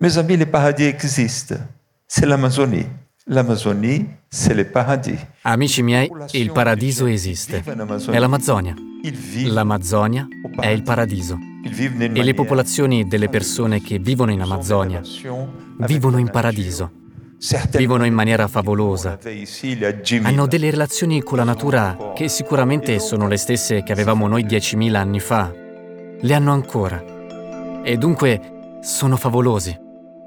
Mes amis, le paradis existe. C'est l'Amazonie. L'Amazonie, c'est le paradis. Amici miei, il paradiso esiste. È l'Amazzonia. L'Amazzonia è il paradiso. E le popolazioni delle persone che vivono in Amazzonia vivono in paradiso. Vivono in maniera favolosa. Hanno delle relazioni con la natura che sicuramente sono le stesse che avevamo noi 10.000 anni fa. Le hanno ancora. E dunque sono favolosi.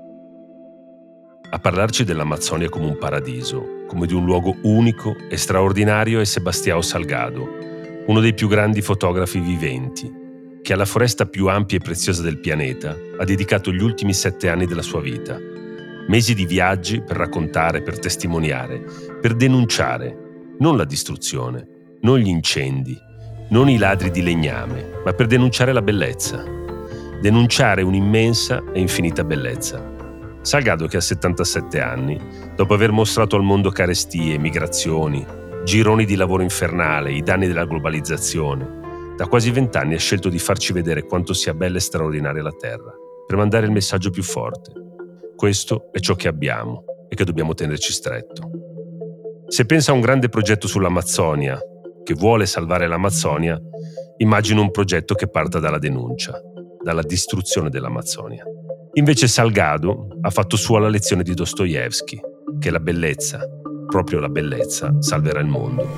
A parlarci dell'Amazzonia come un paradiso, come di un luogo unico e straordinario è Sebastião Salgado, uno dei più grandi fotografi viventi, che alla foresta più ampia e preziosa del pianeta ha dedicato gli ultimi 7 anni della sua vita. Mesi di viaggi per raccontare, per testimoniare, per denunciare, non la distruzione, non gli incendi, non i ladri di legname, ma per denunciare la bellezza. Denunciare un'immensa e infinita bellezza. Salgado, che ha 77 anni, dopo aver mostrato al mondo carestie, migrazioni, gironi di lavoro infernale, i danni della globalizzazione, da quasi 20 anni ha scelto di farci vedere quanto sia bella e straordinaria la Terra, per mandare il messaggio più forte. Questo è ciò che abbiamo e che dobbiamo tenerci stretto. Se pensa a un grande progetto sull'Amazzonia, che vuole salvare l'Amazzonia, immagino un progetto che parta dalla denuncia, dalla distruzione dell'Amazzonia. Invece Salgado ha fatto sua la lezione di Dostoevskij, che la bellezza, proprio la bellezza, salverà il mondo.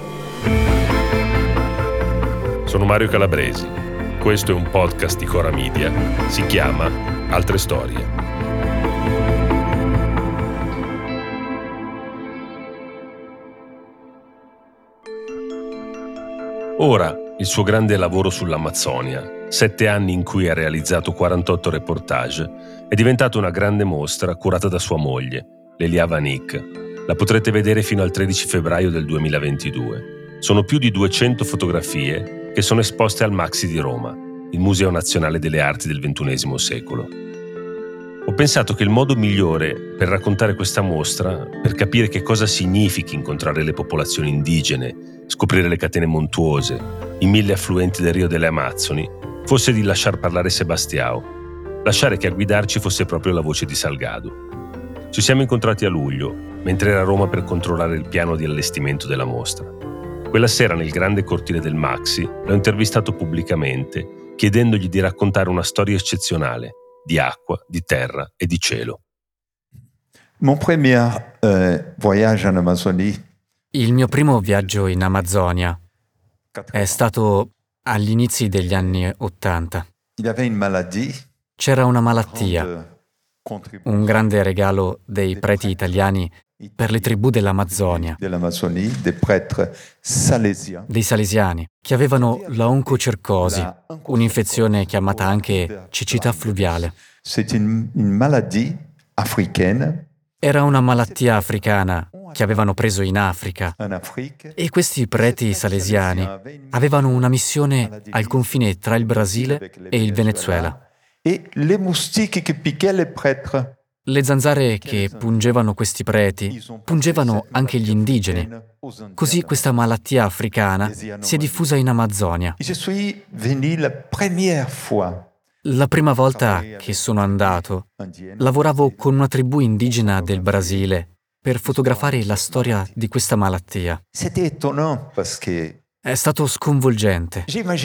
Sono Mario Calabresi. Questo è un podcast di Cora Media. Si chiama Altre Storie. Ora, il suo grande lavoro sull'Amazzonia, 7 anni in cui ha realizzato 48 reportage, è diventato una grande mostra curata da sua moglie, Lelia Vanik. La potrete vedere fino al 13 febbraio del 2022. Sono più di 200 fotografie che sono esposte al Maxi di Roma, il Museo Nazionale delle Arti del XXI secolo. Ho pensato che il modo migliore per raccontare questa mostra, per capire che cosa significhi incontrare le popolazioni indigene, scoprire le catene montuose, i 1000 affluenti del Rio delle Amazzoni, fosse di lasciar parlare Sebastião, lasciare che a guidarci fosse proprio la voce di Salgado. Ci siamo incontrati a luglio, mentre era a Roma per controllare il piano di allestimento della mostra. Quella sera nel grande cortile del Maxi l'ho intervistato pubblicamente, chiedendogli di raccontare una storia eccezionale di acqua, di terra e di cielo. Mon premier voyage en Amazonie. Il mio primo viaggio in Amazzonia è stato agli inizi degli anni '80. Il y avait une maladie. C'era una malattia, un grande regalo dei preti italiani per le tribù dell'Amazzonia, dei salesiani, che avevano la oncocercosi, un'infezione chiamata anche cecità fluviale. Era una malattia africana che avevano preso in Africa e questi preti salesiani avevano una missione al confine tra il Brasile e il Venezuela. Le zanzare che pungevano questi preti pungevano anche gli indigeni. Così questa malattia africana si è diffusa in Amazzonia. La prima volta che sono andato, lavoravo con una tribù indigena del Brasile per fotografare la storia di questa malattia. È stato sconvolgente.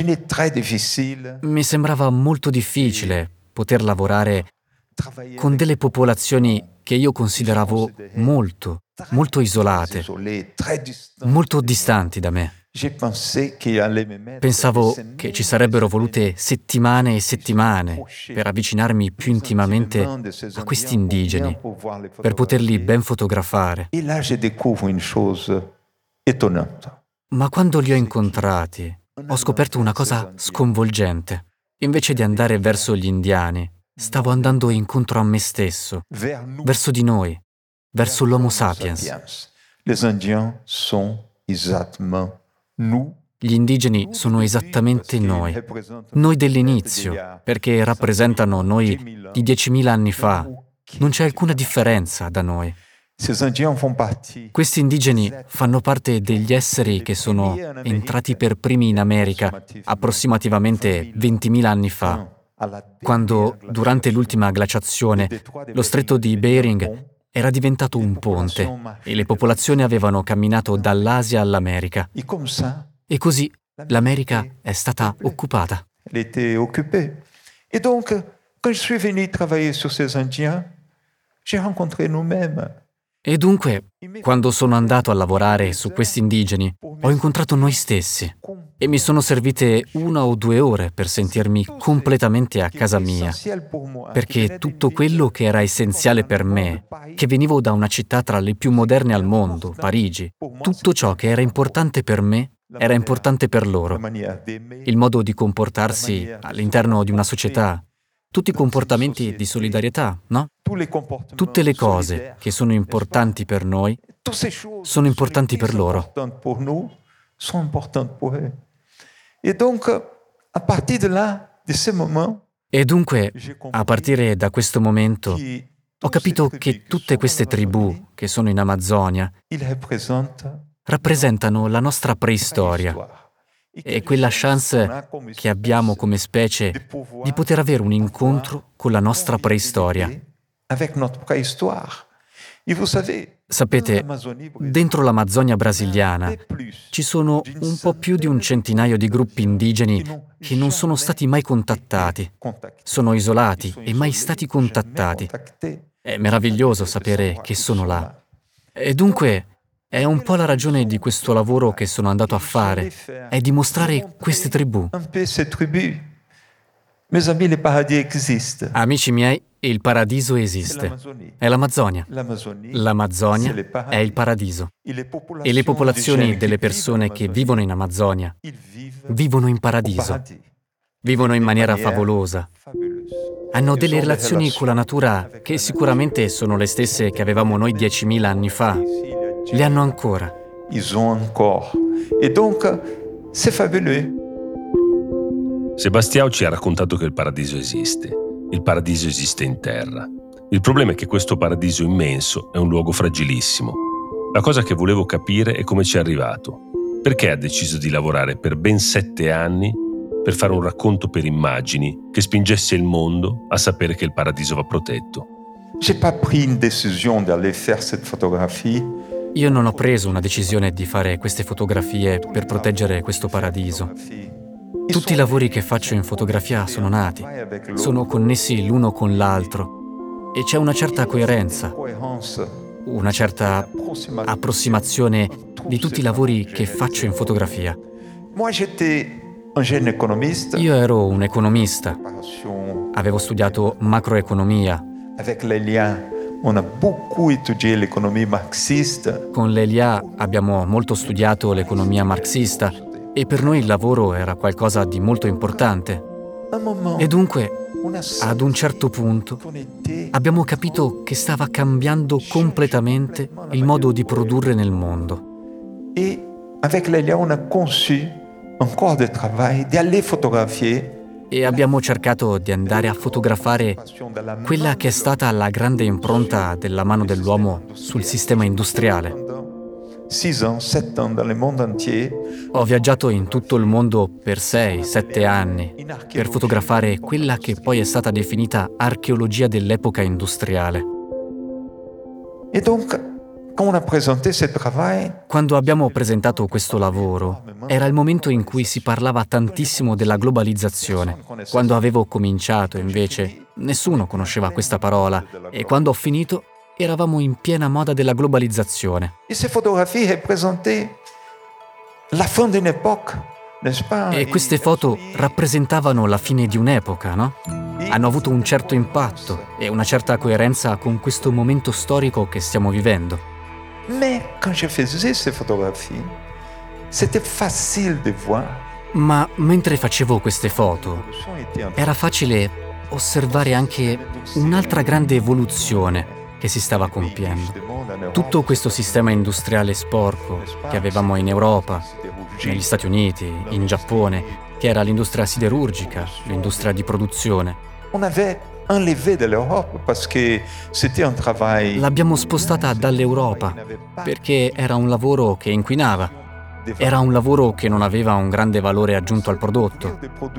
Mi sembrava molto difficile poter lavorare con delle popolazioni che io consideravo molto isolate, molto distanti da me. Pensavo che ci sarebbero volute settimane e settimane per avvicinarmi più intimamente a questi indigeni, per poterli ben fotografare. Ma quando li ho incontrati, ho scoperto una cosa sconvolgente. Invece di andare verso gli indiani, stavo andando incontro a me stesso, verso di noi, verso l'Homo sapiens. Gli indigeni sono esattamente noi dell'inizio, perché rappresentano noi di 10.000 anni fa. Non c'è alcuna differenza da noi. Questi indigeni fanno parte degli esseri che sono entrati per primi in America approssimativamente 20.000 anni fa. quando, durante l'ultima glaciazione, lo stretto di Bering era diventato un ponte e le popolazioni avevano camminato dall'Asia all'America. E così l'America è stata occupata. Et donc, quand je suis venu travailler sur ces Indiens, j'ai rencontré nous-mêmes. E dunque, quando sono andato a lavorare su questi indigeni, ho incontrato noi stessi e mi sono servite 1 o 2 ore per sentirmi completamente a casa mia, perché tutto quello che era essenziale per me, che venivo da una città tra le più moderne al mondo, Parigi, tutto ciò che era importante per me era importante per loro. Il modo di comportarsi all'interno di una società, tutti i comportamenti di solidarietà, no? Tutte le cose che sono importanti per noi sono importanti per loro. E dunque, a partire da questo momento, ho capito che tutte queste tribù che sono in Amazzonia rappresentano la nostra preistoria e quella chance che abbiamo come specie di poter avere un incontro con la nostra preistoria. Sapete, dentro l'Amazzonia brasiliana ci sono un po' più di un centinaio di gruppi indigeni che non sono stati mai contattati, sono isolati e mai stati contattati. È meraviglioso sapere che sono là. E dunque è un po' la ragione di questo lavoro che sono andato a fare, è dimostrare queste tribù. Amici miei, il paradiso esiste. È l'Amazzonia. L'Amazzonia è il paradiso. E le popolazioni delle persone che vivono in Amazzonia vivono in paradiso. Vivono in maniera favolosa. Hanno delle relazioni con la natura che sicuramente sono le stesse che avevamo noi 10.000 anni fa. Le hanno ancora. Et donc, c'est fabuleux. Sebastião ci ha raccontato che il paradiso esiste. Il paradiso esiste in terra. Il problema è che questo paradiso immenso è un luogo fragilissimo. La cosa che volevo capire è come ci è arrivato. Perché ha deciso di lavorare per ben 7 anni per fare un racconto per immagini che spingesse il mondo a sapere che il paradiso va protetto. J'ai pas pris une décision d'aller faire cette photographie. Io non ho preso una decisione di fare queste fotografie per proteggere questo paradiso. Tutti i lavori che faccio in fotografia sono nati, sono connessi l'uno con l'altro e c'è una certa coerenza, una certa approssimazione di tutti i lavori che faccio in fotografia. Io ero un economista, avevo studiato macroeconomia. On a beaucoup étudié l'économie marxiste. Con l'Elia abbiamo molto studiato l'economia marxista e per noi il lavoro era qualcosa di molto importante. E dunque, ad un certo punto, abbiamo capito che stava cambiando completamente il modo di produrre nel mondo. Et avec l'Elia on a conçu un corps de travail d'aller photographier. E abbiamo cercato di andare a fotografare quella che è stata la grande impronta della mano dell'uomo sul sistema industriale. 6 ans, 7 ans dans le monde entier. Ho viaggiato in tutto il mondo per 6-7 anni per fotografare quella che poi è stata definita archeologia dell'epoca industriale. Et donc, quand on a présenté ce travail, quando abbiamo presentato questo lavoro, era il momento in cui si parlava tantissimo della globalizzazione. Quando avevo cominciato, invece, nessuno conosceva questa parola e quando ho finito, eravamo in piena moda della globalizzazione. Et ces photographies représentaient la fin d'une époque, n'est-ce pas? E queste foto rappresentavano la fine di un'epoca, no? Hanno avuto un certo impatto e una certa coerenza con questo momento storico che stiamo vivendo. Mais quand je faisais ces photographies, c'était facile de voir. Ma mentre facevo queste foto, era facile osservare anche un'altra grande evoluzione che si stava compiendo. Tutto questo sistema industriale sporco che avevamo in Europa, negli Stati Uniti, in Giappone, che era l'industria siderurgica, l'industria di produzione. L'abbiamo spostata dall'Europa perché era un lavoro che inquinava. Era un lavoro che non aveva un grande valore aggiunto al prodotto.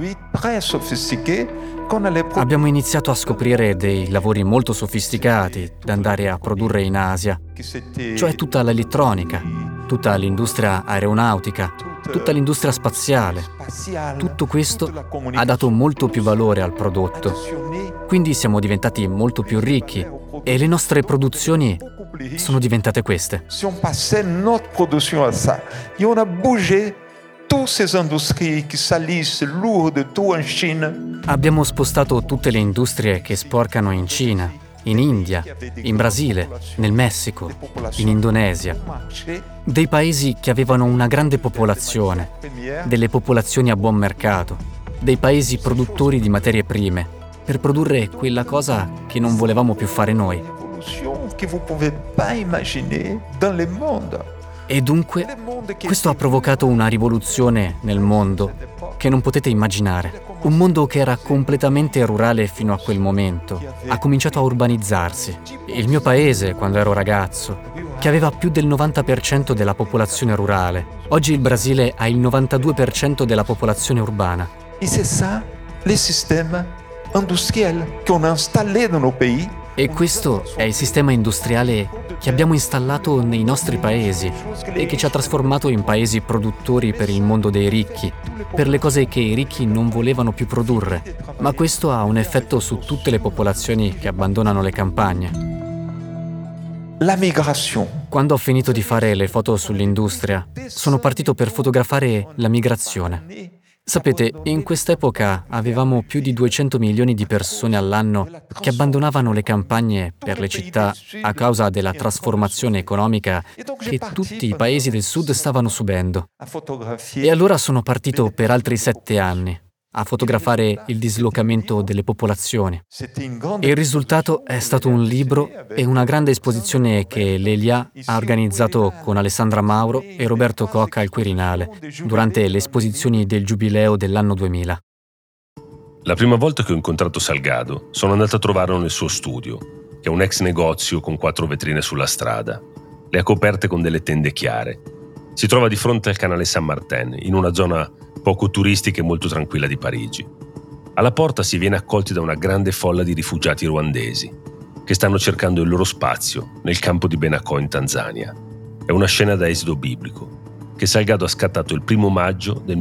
Abbiamo iniziato a scoprire dei lavori molto sofisticati da andare a produrre in Asia, cioè tutta l'elettronica, tutta l'industria aeronautica, tutta l'industria spaziale. Tutto questo ha dato molto più valore al prodotto. Quindi siamo diventati molto più ricchi e le nostre produzioni sono diventate queste. Si on passait notre production à ça, et on a bougé toutes ces industries qui salissent, lourdes, tout en Cina. Abbiamo spostato tutte le industrie che sporcano in Cina, in India, in Brasile, nel Messico, in Indonesia. Dei paesi che avevano una grande popolazione, delle popolazioni a buon mercato, dei paesi produttori di materie prime, per produrre quella cosa che non volevamo più fare noi. Che vous pouvez pas imaginer dans le monde. E dunque, questo ha provocato una rivoluzione nel mondo che non potete immaginare. Un mondo che era completamente rurale fino a quel momento ha cominciato a urbanizzarsi. Il mio paese, quando ero ragazzo, che aveva più del 90% della popolazione rurale, oggi il Brasile ha il 92% della popolazione urbana. Et c'est ça, les systèmes industriels qu'on a installés dans nos pays. E questo è il sistema industriale che abbiamo installato nei nostri paesi e che ci ha trasformato in paesi produttori per il mondo dei ricchi, per le cose che i ricchi non volevano più produrre. Ma questo ha un effetto su tutte le popolazioni che abbandonano le campagne. La migration. Quando ho finito di fare le foto sull'industria, sono partito per fotografare la migrazione. Sapete, in quest'epoca avevamo più di 200 milioni di persone all'anno che abbandonavano le campagne per le città a causa della trasformazione economica che tutti i paesi del sud stavano subendo. E allora sono partito per altri 7 anni a fotografare il dislocamento delle popolazioni. E il risultato è stato un libro e una grande esposizione che l'Elia ha organizzato con Alessandra Mauro e Roberto Cocca al Quirinale durante le esposizioni del Giubileo dell'anno 2000. La prima volta che ho incontrato Salgado sono andato a trovarlo nel suo studio, che è un ex negozio con 4 vetrine sulla strada. Le ha coperte con delle tende chiare. Si trova di fronte al canale Saint-Martin, in una zona poco turistica e molto tranquilla di Parigi. Alla porta si viene accolti da una grande folla di rifugiati ruandesi che stanno cercando il loro spazio nel campo di Benacò in Tanzania. È una scena da esito biblico che Salgado ha scattato il 1 maggio del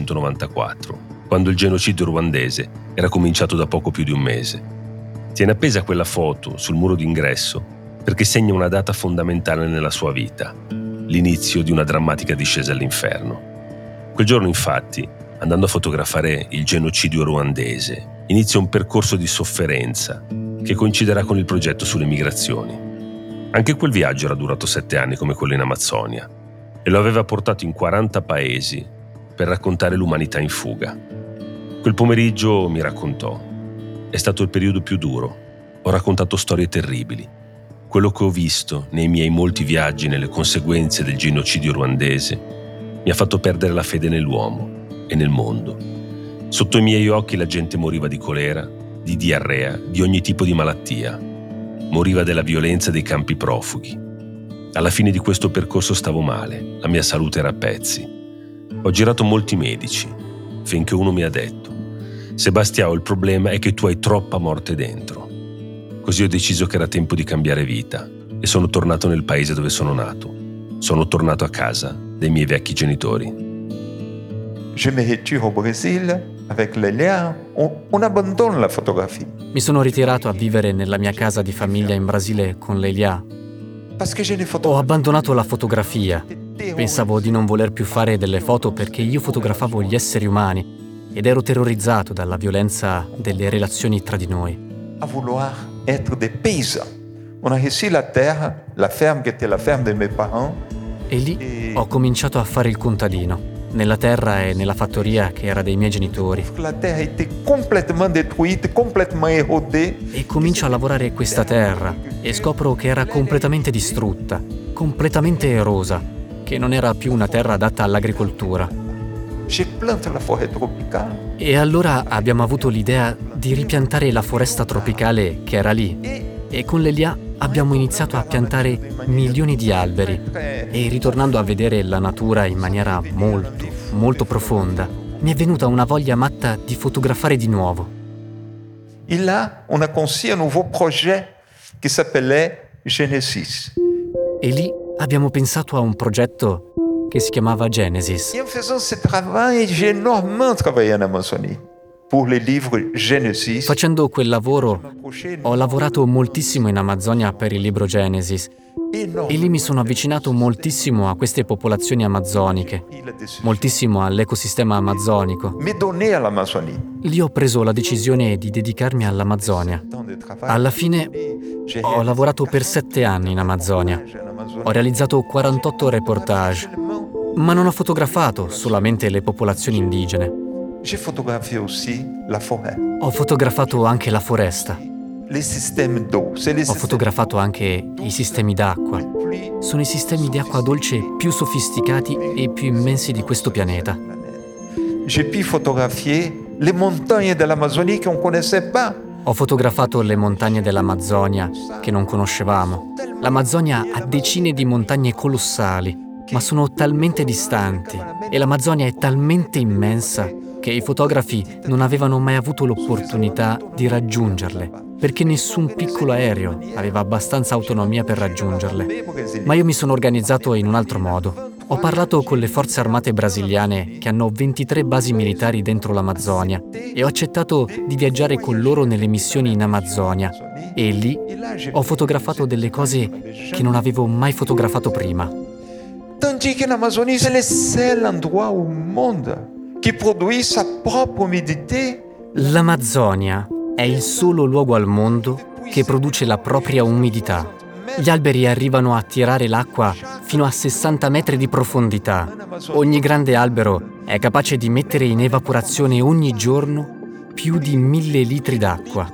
1994, quando il genocidio ruandese era cominciato da poco più di un mese. Tiene appesa quella foto sul muro d'ingresso perché segna una data fondamentale nella sua vita, l'inizio di una drammatica discesa all'inferno. Quel giorno, infatti, andando a fotografare il genocidio ruandese, inizia un percorso di sofferenza che coinciderà con il progetto sulle migrazioni. Anche quel viaggio era durato 7 anni come quello in Amazzonia e lo aveva portato in 40 paesi per raccontare l'umanità in fuga. Quel pomeriggio mi raccontò: è stato il periodo più duro, ho raccontato storie terribili. Quello che ho visto nei miei molti viaggi nelle conseguenze del genocidio ruandese mi ha fatto perdere la fede nell'uomo e nel mondo. Sotto i miei occhi la gente moriva di colera, di diarrea, di ogni tipo di malattia. Moriva della violenza dei campi profughi. Alla fine di questo percorso stavo male, la mia salute era a pezzi. Ho girato molti medici, finché uno mi ha detto: Sebastião, il problema è che tu hai troppa morte dentro. Così ho deciso che era tempo di cambiare vita e sono tornato nel paese dove sono nato. Sono tornato a casa dei miei vecchi genitori. Je me retire au Brésil avec Lélia. On abandonne la photographie. Mi sono ritirato a vivere nella mia casa di famiglia in Brasile con Lélia. Ho abbandonato la fotografia. Pensavo di non voler più fare delle foto perché io fotografavo gli esseri umani ed ero terrorizzato dalla violenza delle relazioni tra di noi. A vouloir être des paysans. On a réussi la terre, la ferme qui était la ferme de mes parents. E lì ho cominciato a fare il contadino, nella terra e nella fattoria che era dei miei genitori. La terre était complètement détruite, complètement érodée. E comincio a lavorare questa terra e scopro che era completamente distrutta, completamente erosa, che non era più una terra adatta all'agricoltura. Je plante la forêt tropicale. E allora abbiamo avuto l'idea di ripiantare la foresta tropicale che era lì. E con Lélia abbiamo iniziato a piantare milioni di alberi e ritornando a vedere la natura in maniera molto, molto profonda, mi è venuta una voglia matta di fotografare di nuovo. Et là, on a conçu un nouveau projet qui s'appelait Genesis. E lì abbiamo pensato a un progetto che si chiamava Genesis. Et en faisant ce travail, j'ai énormément travaillé en Amazonie. Pour les livres Genesis. Facendo quel lavoro ho lavorato moltissimo in Amazzonia per il libro Genesis e lì mi sono avvicinato moltissimo a queste popolazioni amazzoniche, moltissimo all'ecosistema amazzonico. Lì ho preso la decisione di dedicarmi all'Amazzonia. Alla fine ho lavorato per 7 anni in Amazzonia. Ho realizzato 48 reportage, ma non ho fotografato solamente le popolazioni indigene. Ho fotografato anche la foresta. Ho fotografato anche i sistemi d'acqua. Sono i sistemi di acqua dolce più sofisticati e più immensi di questo pianeta. Ho fotografato le montagne dell'Amazzonia che non conoscevamo. L'Amazzonia ha decine di montagne colossali, ma sono talmente distanti e l'Amazzonia è talmente immensa che i fotografi non avevano mai avuto l'opportunità di raggiungerle, perché nessun piccolo aereo aveva abbastanza autonomia per raggiungerle. Ma io mi sono organizzato in un altro modo. Ho parlato con le forze armate brasiliane che hanno 23 basi militari dentro l'Amazzonia e ho accettato di viaggiare con loro nelle missioni in Amazzonia e lì ho fotografato delle cose che non avevo mai fotografato prima. Tandis que l'Amazonie, c'est le seul endroit au monde che produce sa propria umidità. L'Amazzonia è il solo luogo al mondo che produce la propria umidità. Gli alberi arrivano a tirare l'acqua fino a 60 metri di profondità. Ogni grande albero è capace di mettere in evaporazione ogni giorno più di 1000 litri d'acqua.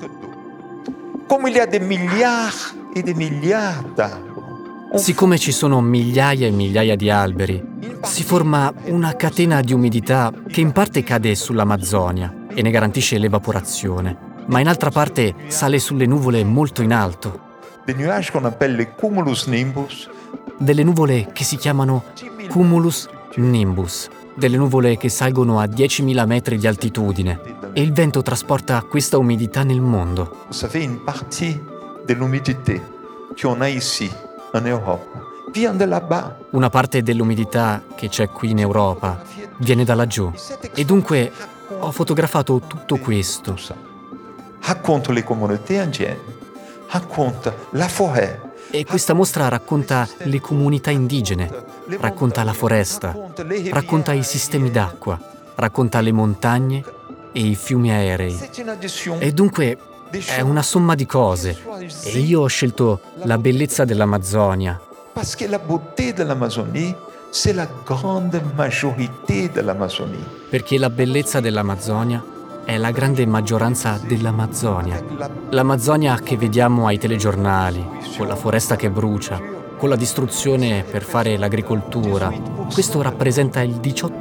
Come il y a des milliards et des milliards d'arbres. Siccome ci sono migliaia e migliaia di alberi, si forma una catena di umidità che in parte cade sull'Amazzonia e ne garantisce l'evaporazione, ma in altra parte sale sulle nuvole molto in alto. Des nuages qu'on appelle les cumulus nimbus. Delle nuvole che si chiamano cumulus nimbus, delle nuvole che salgono a 10.000 metri di altitudine e il vento trasporta questa umidità nel mondo. Vous savez, une partie de l'humidité qu'on a ici en Europe vient de là-bas. Una parte dell'umidità che c'è qui in Europa viene da laggiù e dunque ho fotografato tutto questo. Racconte le comunità indienne, racconte la forêt. E questa mostra racconta le comunità indigene, racconta la foresta, racconta i sistemi d'acqua, racconta le montagne e i fiumi aerei. E dunque è una somma di cose e io ho scelto la bellezza dell'Amazzonia. Perché la beauté dell'Amazonie, c'est la grande majorité dell'Amazonie. Perché la bellezza dell'Amazzonia è la grande maggioranza dell'Amazzonia. L'Amazzonia che vediamo ai telegiornali, con la foresta che brucia, con la distruzione per fare l'agricoltura. Questo rappresenta il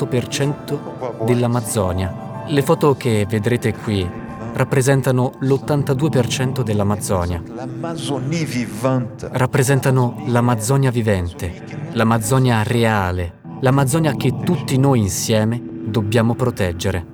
18% dell'Amazzonia. Le foto che vedrete qui rappresentano l'82% dell'Amazzonia. Rappresentano l'Amazzonia vivente, l'Amazzonia reale, l'Amazzonia che tutti noi insieme dobbiamo proteggere.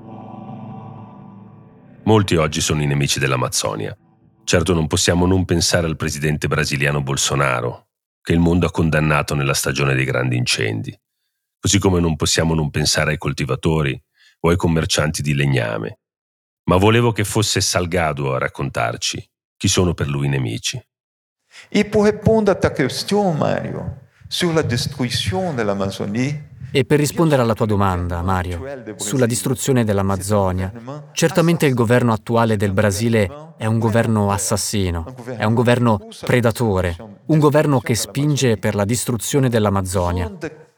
Molti oggi sono i nemici dell'Amazzonia. Certo non possiamo non pensare al presidente brasiliano Bolsonaro, che il mondo ha condannato nella stagione dei grandi incendi. Così come non possiamo non pensare ai coltivatori o ai commercianti di legname. Ma volevo che fosse Salgado a raccontarci chi sono per lui i nemici. E per rispondere a ta question, Mario, sulla distruzione dell'Amazzonia. E per rispondere alla tua domanda, Mario, sulla distruzione dell'Amazzonia, certamente il governo attuale del Brasile è un governo assassino, è un governo predatore, un governo che spinge per la distruzione dell'Amazzonia.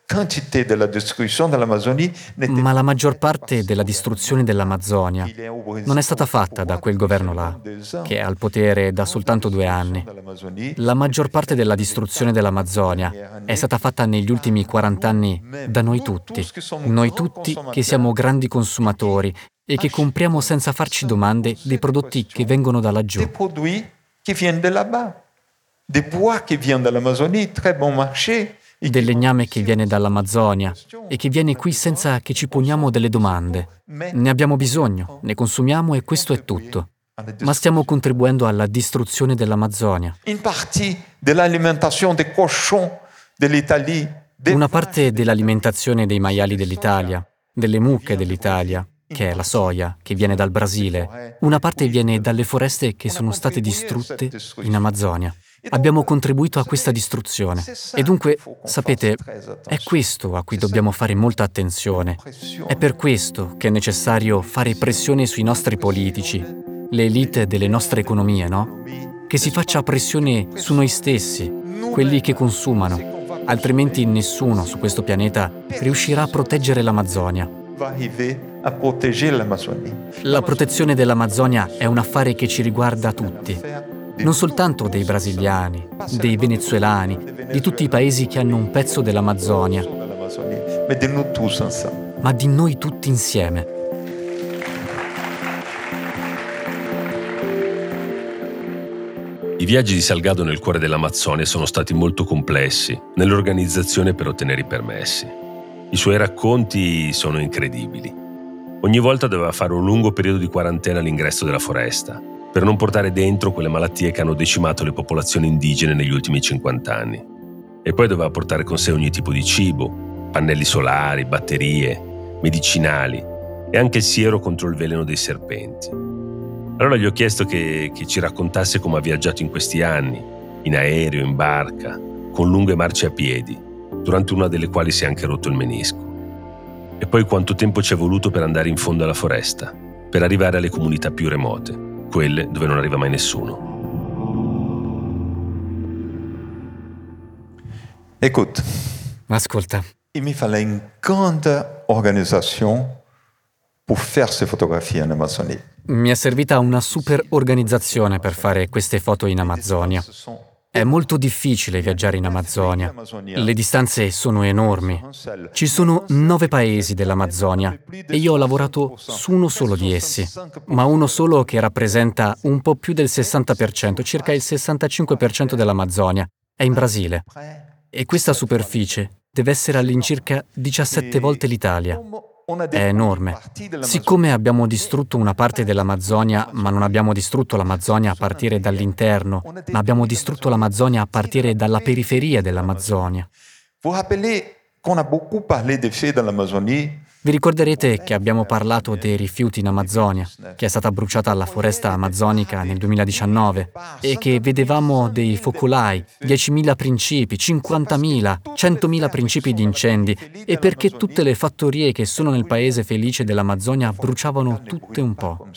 Ma la maggior parte della distruzione dell'Amazzonia non è stata fatta da quel governo là, che è al potere da soltanto 2 anni. La maggior parte della distruzione dell'Amazzonia è stata fatta negli ultimi 40 anni da noi tutti che siamo grandi consumatori e che compriamo senza farci domande dei prodotti che vengono da laggiù. del legname che viene dall'Amazzonia e che viene qui senza che ci poniamo delle domande. Ne abbiamo bisogno, ne consumiamo e questo è tutto. Ma stiamo contribuendo alla distruzione dell'Amazzonia. Una parte dell'alimentazione dei maiali dell'Italia, delle mucche dell'Italia, che è la soia, che viene dal Brasile. Una parte viene dalle foreste che sono state distrutte in Amazzonia. Abbiamo contribuito a questa distruzione. E dunque, sapete, è questo a cui dobbiamo fare molta attenzione. È per questo che è necessario fare pressione sui nostri politici, le elite delle nostre economie, no? Che si faccia pressione su noi stessi, quelli che consumano. Altrimenti nessuno su questo pianeta riuscirà a proteggere l'Amazzonia. La protezione dell'Amazzonia è un affare che ci riguarda tutti, non soltanto dei brasiliani, dei venezuelani, di tutti i paesi che hanno un pezzo dell'Amazzonia, ma di noi tutti insieme. I viaggi di Salgado nel cuore dell'Amazzonia sono stati molto complessi nell'organizzazione per ottenere i permessi. I suoi racconti sono incredibili. Ogni volta doveva fare un lungo periodo di quarantena all'ingresso della foresta, per non portare dentro quelle malattie che hanno decimato le popolazioni indigene negli ultimi 50 anni. E poi doveva portare con sé ogni tipo di cibo, pannelli solari, batterie, medicinali e anche il siero contro il veleno dei serpenti. Allora gli ho chiesto che ci raccontasse come ha viaggiato in questi anni, in aereo, in barca, con lunghe marce a piedi, durante una delle quali si è anche rotto il menisco. E poi quanto tempo ci è voluto per andare in fondo alla foresta, per arrivare alle comunità più remote, quelle dove non arriva mai nessuno. Écoute, Ascolta, il mi fallait une grande organisation pour faire ces photographies en Amazonie. mi è servita una super organizzazione per fare queste foto in Amazzonia. È molto difficile viaggiare in Amazzonia. Le distanze sono enormi. Ci sono 9 paesi dell'Amazzonia e io ho lavorato su uno solo di essi, ma uno solo che rappresenta un po' più del 60%, circa il 65% dell'Amazzonia. È in Brasile. E questa superficie deve essere all'incirca 17 volte l'Italia. È enorme. Siccome abbiamo distrutto una parte dell'Amazzonia, ma non abbiamo distrutto l'Amazzonia a partire dall'interno, ma abbiamo distrutto l'Amazzonia a partire dalla periferia dell'Amazzonia. Vi ricorderete che abbiamo parlato dei rifiuti in Amazzonia, che è stata bruciata la foresta amazzonica nel 2019 e che vedevamo dei focolai, 10.000 principi, 50.000, 100.000 principi di incendi e perché tutte le fattorie che sono nel paese felice dell'Amazzonia bruciavano tutte un po'.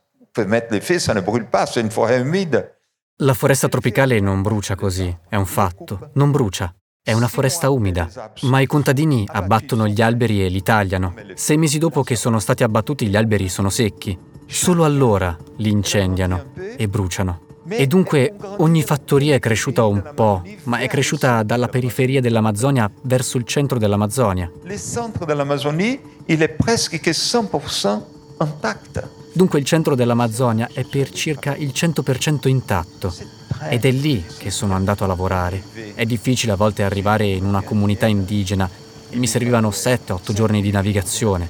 La foresta tropicale non brucia così, è un fatto, non brucia. È una foresta umida, ma i contadini abbattono gli alberi e li tagliano. 6 mesi dopo che sono stati abbattuti gli alberi sono secchi. Solo allora li incendiano e bruciano. E dunque ogni fattoria è cresciuta un po', ma è cresciuta dalla periferia dell'Amazzonia verso il centro dell'Amazzonia. Il centro dell'Amazonia è presque 100% intatto. Dunque il centro dell'Amazzonia è per circa il 100% intatto. Ed è lì che sono andato a lavorare. È difficile a volte arrivare in una comunità indigena e mi servivano 7-8 giorni di navigazione.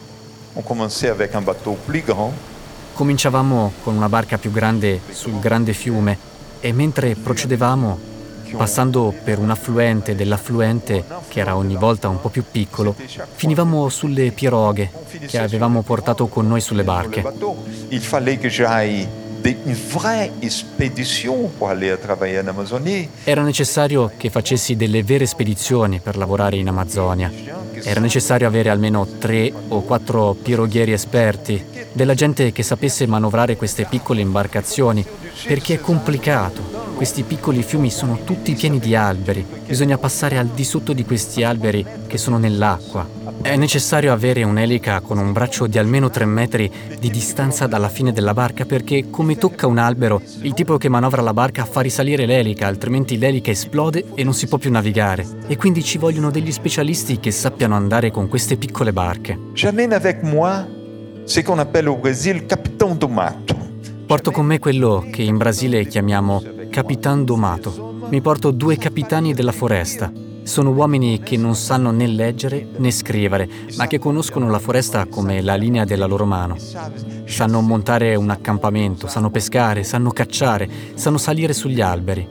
Cominciavamo con una barca più grande sul grande fiume e mentre procedevamo, passando per un affluente dell'affluente che era ogni volta un po' più piccolo, finivamo sulle piroghe che avevamo portato con noi sulle barche. Il fallait que j'aille une vraie expédition pour aller travailler en Amazonie. Era necessario che facessi delle vere spedizioni per lavorare in Amazzonia. Era necessario avere almeno 3 o 4 piroghieri esperti, della gente che sapesse manovrare queste piccole imbarcazioni, perché è complicato. Questi piccoli fiumi sono tutti pieni di alberi. Bisogna passare al di sotto di questi alberi che sono nell'acqua. È necessario avere un'elica con un braccio di almeno 3 metri di distanza dalla fine della barca perché, come tocca un albero, il tipo che manovra la barca fa risalire l'elica, altrimenti l'elica esplode e non si può più navigare. E quindi ci vogliono degli specialisti che sappiano andare con queste piccole barche. J'amène avec moi ce qu'on appelle au Brésil Capitão do Mato. Porto con me quello che in Brasile chiamiamo Capitán do Mato. mi porto 2 capitani della foresta. Sono uomini che non sanno né leggere né scrivere, ma che conoscono la foresta come la linea della loro mano. Sanno montare un accampamento, sanno pescare, sanno cacciare, sanno salire sugli alberi.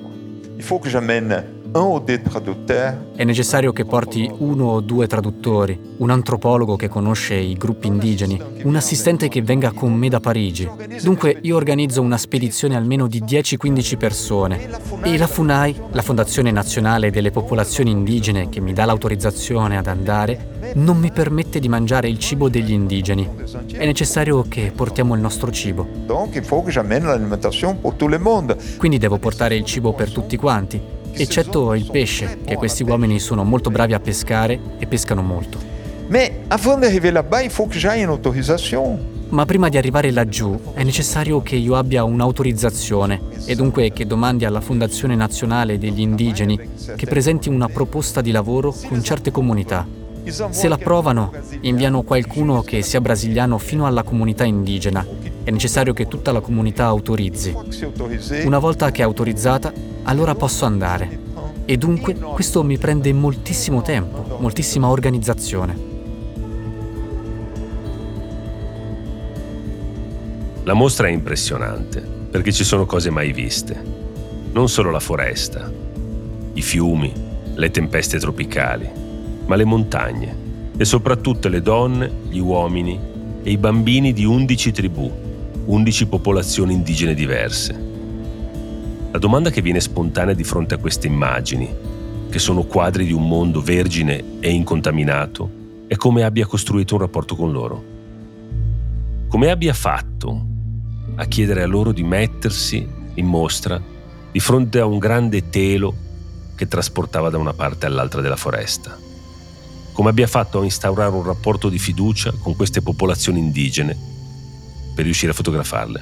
È necessario che porti 1 o 2 traduttori, un antropologo che conosce i gruppi indigeni, un assistente che venga con me da Parigi. Dunque io organizzo una spedizione almeno di 10-15 persone e la FUNAI, la Fondazione Nazionale delle Popolazioni Indigene che mi dà l'autorizzazione ad andare, non mi permette di mangiare il cibo degli indigeni. È necessario che portiamo il nostro cibo. Quindi devo portare il cibo per tutti quanti, eccetto il pesce, che questi uomini sono molto bravi a pescare e pescano molto. Ma prima di arrivare laggiù è necessario che io abbia un'autorizzazione e dunque che domandi alla Fondazione Nazionale degli Indigeni che presenti una proposta di lavoro con certe comunità. Se l'approvano, inviano qualcuno che sia brasiliano fino alla comunità indigena. È necessario che tutta la comunità autorizzi. Una volta che è autorizzata, allora posso andare. E dunque questo mi prende moltissimo tempo, moltissima organizzazione. La mostra è impressionante perché ci sono cose mai viste. Non solo la foresta, i fiumi, le tempeste tropicali, ma le montagne e soprattutto le donne, gli uomini e i bambini di 11 tribù, 11 popolazioni indigene diverse. La domanda che viene spontanea di fronte a queste immagini, che sono quadri di un mondo vergine e incontaminato, è come abbia costruito un rapporto con loro. Come abbia fatto a chiedere a loro di mettersi in mostra di fronte a un grande telo che trasportava da una parte all'altra della foresta. Come abbia fatto a instaurare un rapporto di fiducia con queste popolazioni indigene per riuscire a fotografarle.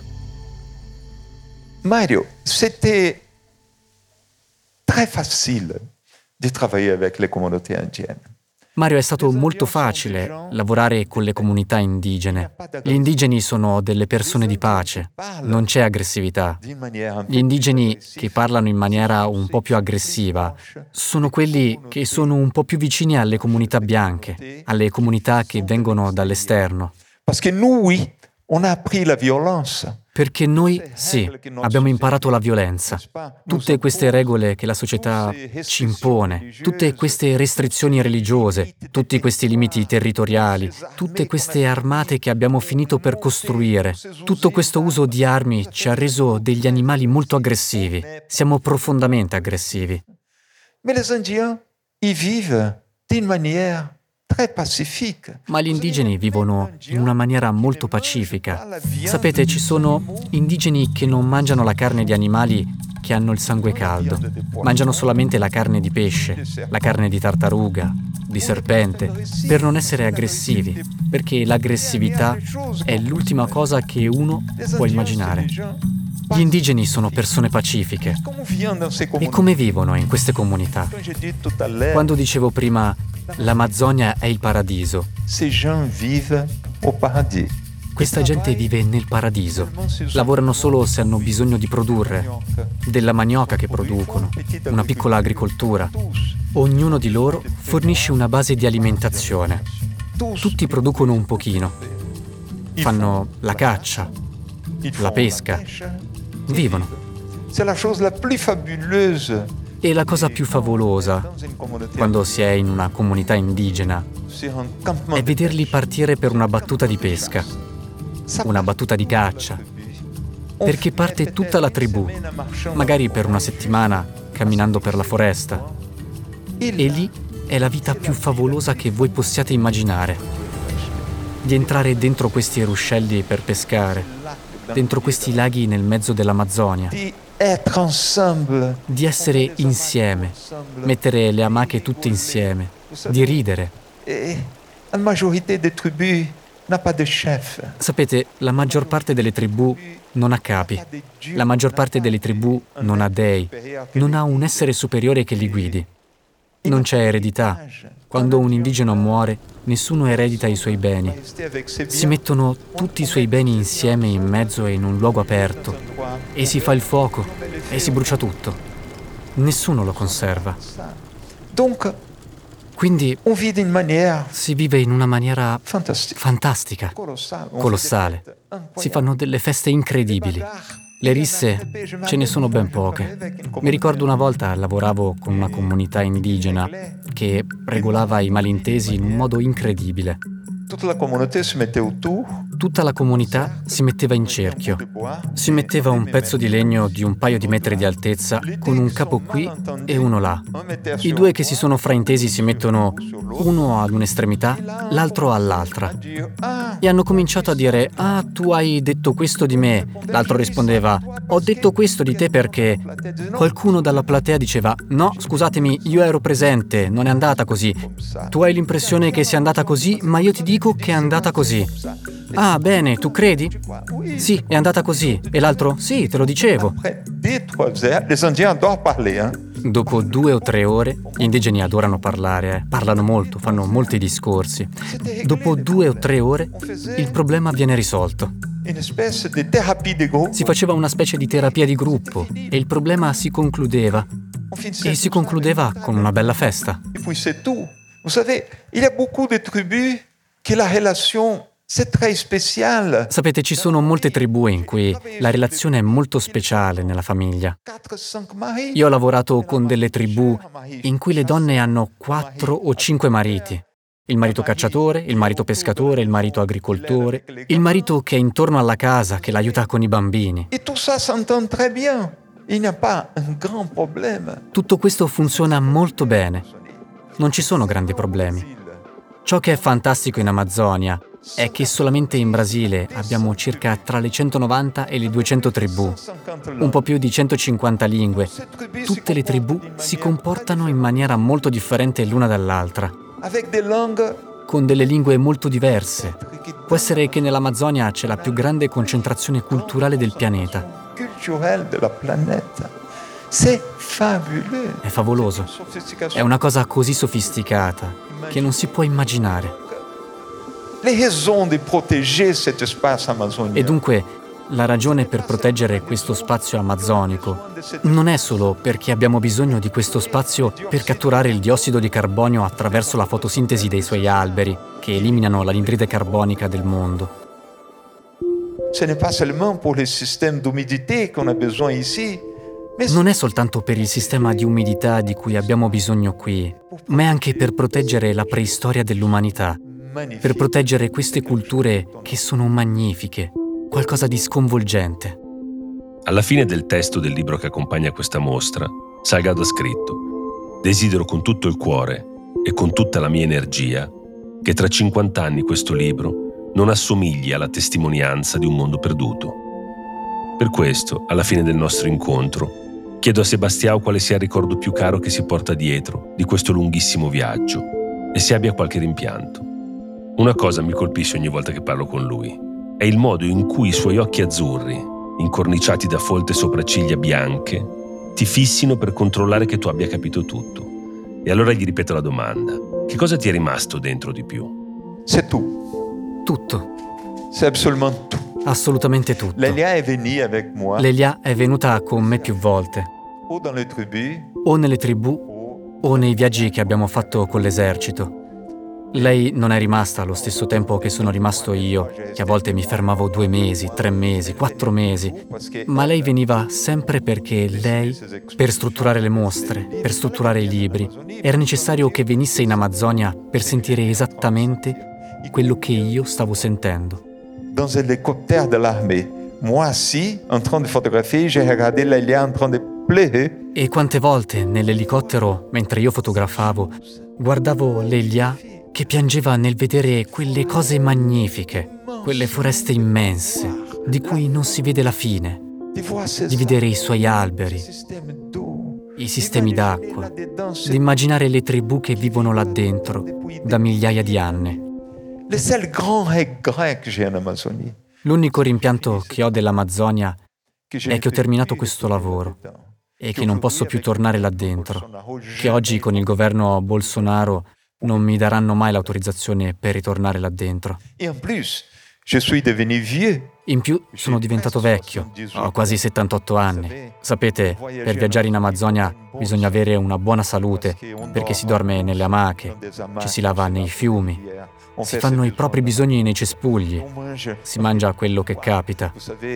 Mario, c'était très facile de travailler avec les communautés indiennes. Mario, è stato molto facile lavorare con le comunità indigene. Gli indigeni sono delle persone di pace, non c'è aggressività. Gli indigeni che parlano in maniera un po' più aggressiva sono quelli che sono un po' più vicini alle comunità bianche, alle comunità che vengono dall'esterno. Perché noi on a appris la violence. Perché noi, sì, abbiamo imparato la violenza. Tutte queste regole che la società ci impone, tutte queste restrizioni religiose, tutti questi limiti territoriali, tutte queste armate che abbiamo finito per costruire, tutto questo uso di armi ci ha reso degli animali molto aggressivi. Siamo profondamente aggressivi. Mais les Indiens, ils vivent d'une manière très pacifique. Ma gli indigeni vivono in una maniera molto pacifica. Sapete, ci sono indigeni che non mangiano la carne di animali che hanno il sangue caldo. Mangiano solamente la carne di pesce, la carne di tartaruga, di serpente, per non essere aggressivi, perché l'aggressività è l'ultima cosa che uno può immaginare. Gli indigeni sono persone pacifiche. E come vivono in queste comunità? Quando dicevo prima, l'Amazzonia è il paradiso. Questa gente vive nel paradiso. Lavorano solo se hanno bisogno di produrre, della manioca che producono, una piccola agricoltura. Ognuno di loro fornisce una base di alimentazione. Tutti producono un pochino. Fanno la caccia, la pesca. Vivono. E la cosa più favolosa, quando si è in una comunità indigena, è vederli partire per una battuta di pesca, una battuta di caccia, perché parte tutta la tribù, magari per una settimana, camminando per la foresta. E lì è la vita più favolosa che voi possiate immaginare. Di entrare dentro questi ruscelli per pescare, dentro questi laghi nel mezzo dell'Amazzonia, di essere insieme, mettere le amache tutte insieme, di ridere. Sapete, la maggior parte delle tribù non ha capi, la maggior parte delle tribù non ha dei, non ha un essere superiore che li guidi. Non c'è eredità. Quando un indigeno muore, nessuno eredita i suoi beni. Si mettono tutti i suoi beni insieme in mezzo e in un luogo aperto e si fa il fuoco e si brucia tutto. Nessuno lo conserva. Donc, quindi on vit d'une manière si vive in una maniera fantastique, fantastica, colossale. Si fanno delle feste incredibili. Le risse ce ne sono ben poche. Mi ricordo una volta lavoravo con una comunità indigena che regolava i malintesi in un modo incredibile. Tutta la comunità si mette autour. Tutta la comunità si metteva in cerchio. Si metteva un pezzo di legno di un paio di metri di altezza con un capo qui e uno là. I due che si sono fraintesi si mettono uno ad un'estremità, l'altro all'altra. E hanno cominciato a dire: «Ah, tu hai detto questo di me». L'altro rispondeva: «Ho detto questo di te perché…». Qualcuno dalla platea diceva: «No, scusatemi, io ero presente, non è andata così. Tu hai l'impressione che sia andata così, ma io ti dico che è andata così». «Ah, bene, tu credi?» «Sì, è andata così». E l'altro: «Sì, te lo dicevo». Dopo 2 o 3 ore, gli indigeni adorano parlare, parlano molto, fanno molti discorsi. Dopo 2 o 3 ore, il problema viene risolto. Si faceva una specie di terapia di gruppo e il problema si concludeva. E si concludeva con una bella festa. Vous savez, il y a beaucoup de tribus che la relation c'est très spécial. Sapete, ci sono molte tribù in cui la relazione è molto speciale nella famiglia. Io ho lavorato con delle tribù in cui le donne hanno 4 o 5 mariti. Il marito cacciatore, il marito pescatore, il marito agricoltore, il marito che è intorno alla casa, che l'aiuta con i bambini. Et tout ça s'entend très bien. Il n'y a pas un grand problème. Tutto questo funziona molto bene. Non ci sono grandi problemi. Ciò che è fantastico in Amazzonia è che solamente in Brasile abbiamo circa tra le 190 e le 200 tribù, un po' più di 150 lingue. Tutte le tribù si comportano in maniera molto differente l'una dall'altra, con delle lingue molto diverse. Può essere che nell'Amazzonia c'è la più grande concentrazione culturale del pianeta. È favoloso. È una cosa così sofisticata che non si può immaginare. E dunque la ragione per proteggere questo spazio amazzonico non è solo perché abbiamo bisogno di questo spazio per catturare il diossido di carbonio attraverso la fotosintesi dei suoi alberi, che eliminano l'anidride carbonica del mondo. Non è soltanto per il sistema di umidità di cui abbiamo bisogno qui, ma è anche per proteggere la preistoria dell'umanità, per proteggere queste culture che sono magnifiche, qualcosa di sconvolgente. Alla fine del testo del libro che accompagna questa mostra, Salgado ha scritto: «Desidero con tutto il cuore e con tutta la mia energia che tra 50 anni questo libro non assomigli alla testimonianza di un mondo perduto. Per questo, alla fine del nostro incontro, chiedo a Sebastião quale sia il ricordo più caro che si porta dietro di questo lunghissimo viaggio e se abbia qualche rimpianto. Una cosa mi colpisce ogni volta che parlo con lui, è il modo in cui i suoi occhi azzurri, incorniciati da folte sopracciglia bianche, ti fissino per controllare che tu abbia capito tutto. E allora gli ripeto la domanda: che cosa ti è rimasto dentro di più?» C'est tout. Tutto. C'est absolument tout. Assolutamente tutto. Lélia est venue avec moi. Lélia è venuta con me più volte, Ou dans les tribus, o nelle tribù o nei viaggi che abbiamo fatto con l'esercito. Lei non è rimasta allo stesso tempo che sono rimasto io, che a volte mi fermavo 2 mesi, 3 mesi, 4 mesi, ma lei veniva sempre perché lei, per strutturare le mostre, per strutturare i libri, era necessario che venisse in Amazzonia per sentire esattamente quello che io stavo sentendo. dans un hélicoptère de l'armée. Moi, assis, en train de photographier, j'ai regardé Lélia en train de pleurer. E quante volte nell'elicottero, mentre io fotografavo, guardavo Lélia che piangeva nel vedere quelle cose magnifiche, quelle foreste immense, di cui non si vede la fine, di vedere i suoi alberi, i sistemi d'acqua, di immaginare le tribù che vivono là dentro da migliaia di anni. Le seul grand regret que j'ai en Amazonie. L'unico rimpianto che ho dell'Amazzonia è che ho terminato questo lavoro e che non posso più tornare là dentro, che oggi con il governo Bolsonaro non mi daranno mai l'autorizzazione per ritornare là dentro. Et en plus, In più sono diventato vecchio, ho quasi 78 anni. Sapete, per viaggiare in Amazzonia bisogna avere una buona salute, perché si dorme nelle amache, ci si lava nei fiumi, si fanno i propri bisogni nei cespugli, si mangia quello che capita.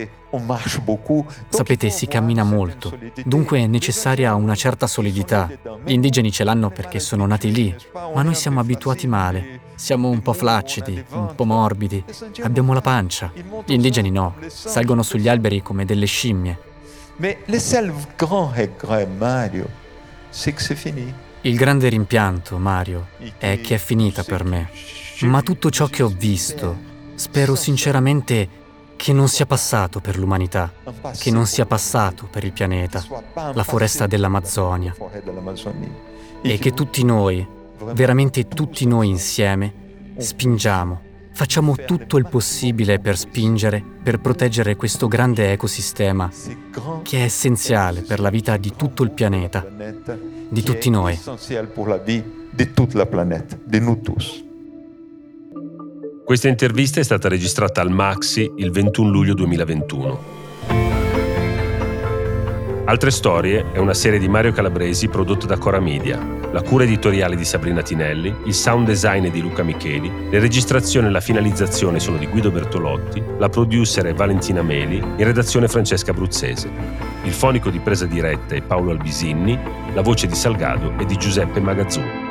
Sapete, si cammina molto, dunque è necessaria una certa solidità. Gli indigeni ce l'hanno perché sono nati lì, ma noi siamo abituati male. Siamo un po' flaccidi, un po' morbidi, abbiamo la pancia. Gli indigeni no, salgono sugli alberi come delle scimmie. Il grande rimpianto, Mario, è che è finita per me. Ma tutto ciò che ho visto, spero sinceramente che non sia passato per l'umanità, che non sia passato per il pianeta, la foresta dell'Amazzonia, e che tutti noi, veramente tutti noi insieme, spingiamo, facciamo tutto il possibile per spingere, per proteggere questo grande ecosistema che è essenziale per la vita di tutto il pianeta, di tutti noi. Questa intervista è stata registrata al Maxi il 21 luglio 2021. Altre Storie è una serie di Mario Calabresi prodotta da Cora Media. La cura editoriale di Sabrina Tinelli, il sound design è di Luca Micheli, le registrazioni e la finalizzazione sono di Guido Bertolotti, la producer è Valentina Meli, in redazione Francesca Bruzzese. Il fonico di presa diretta è Paolo Albisinni, la voce di Salgado è di Giuseppe Magazzoni.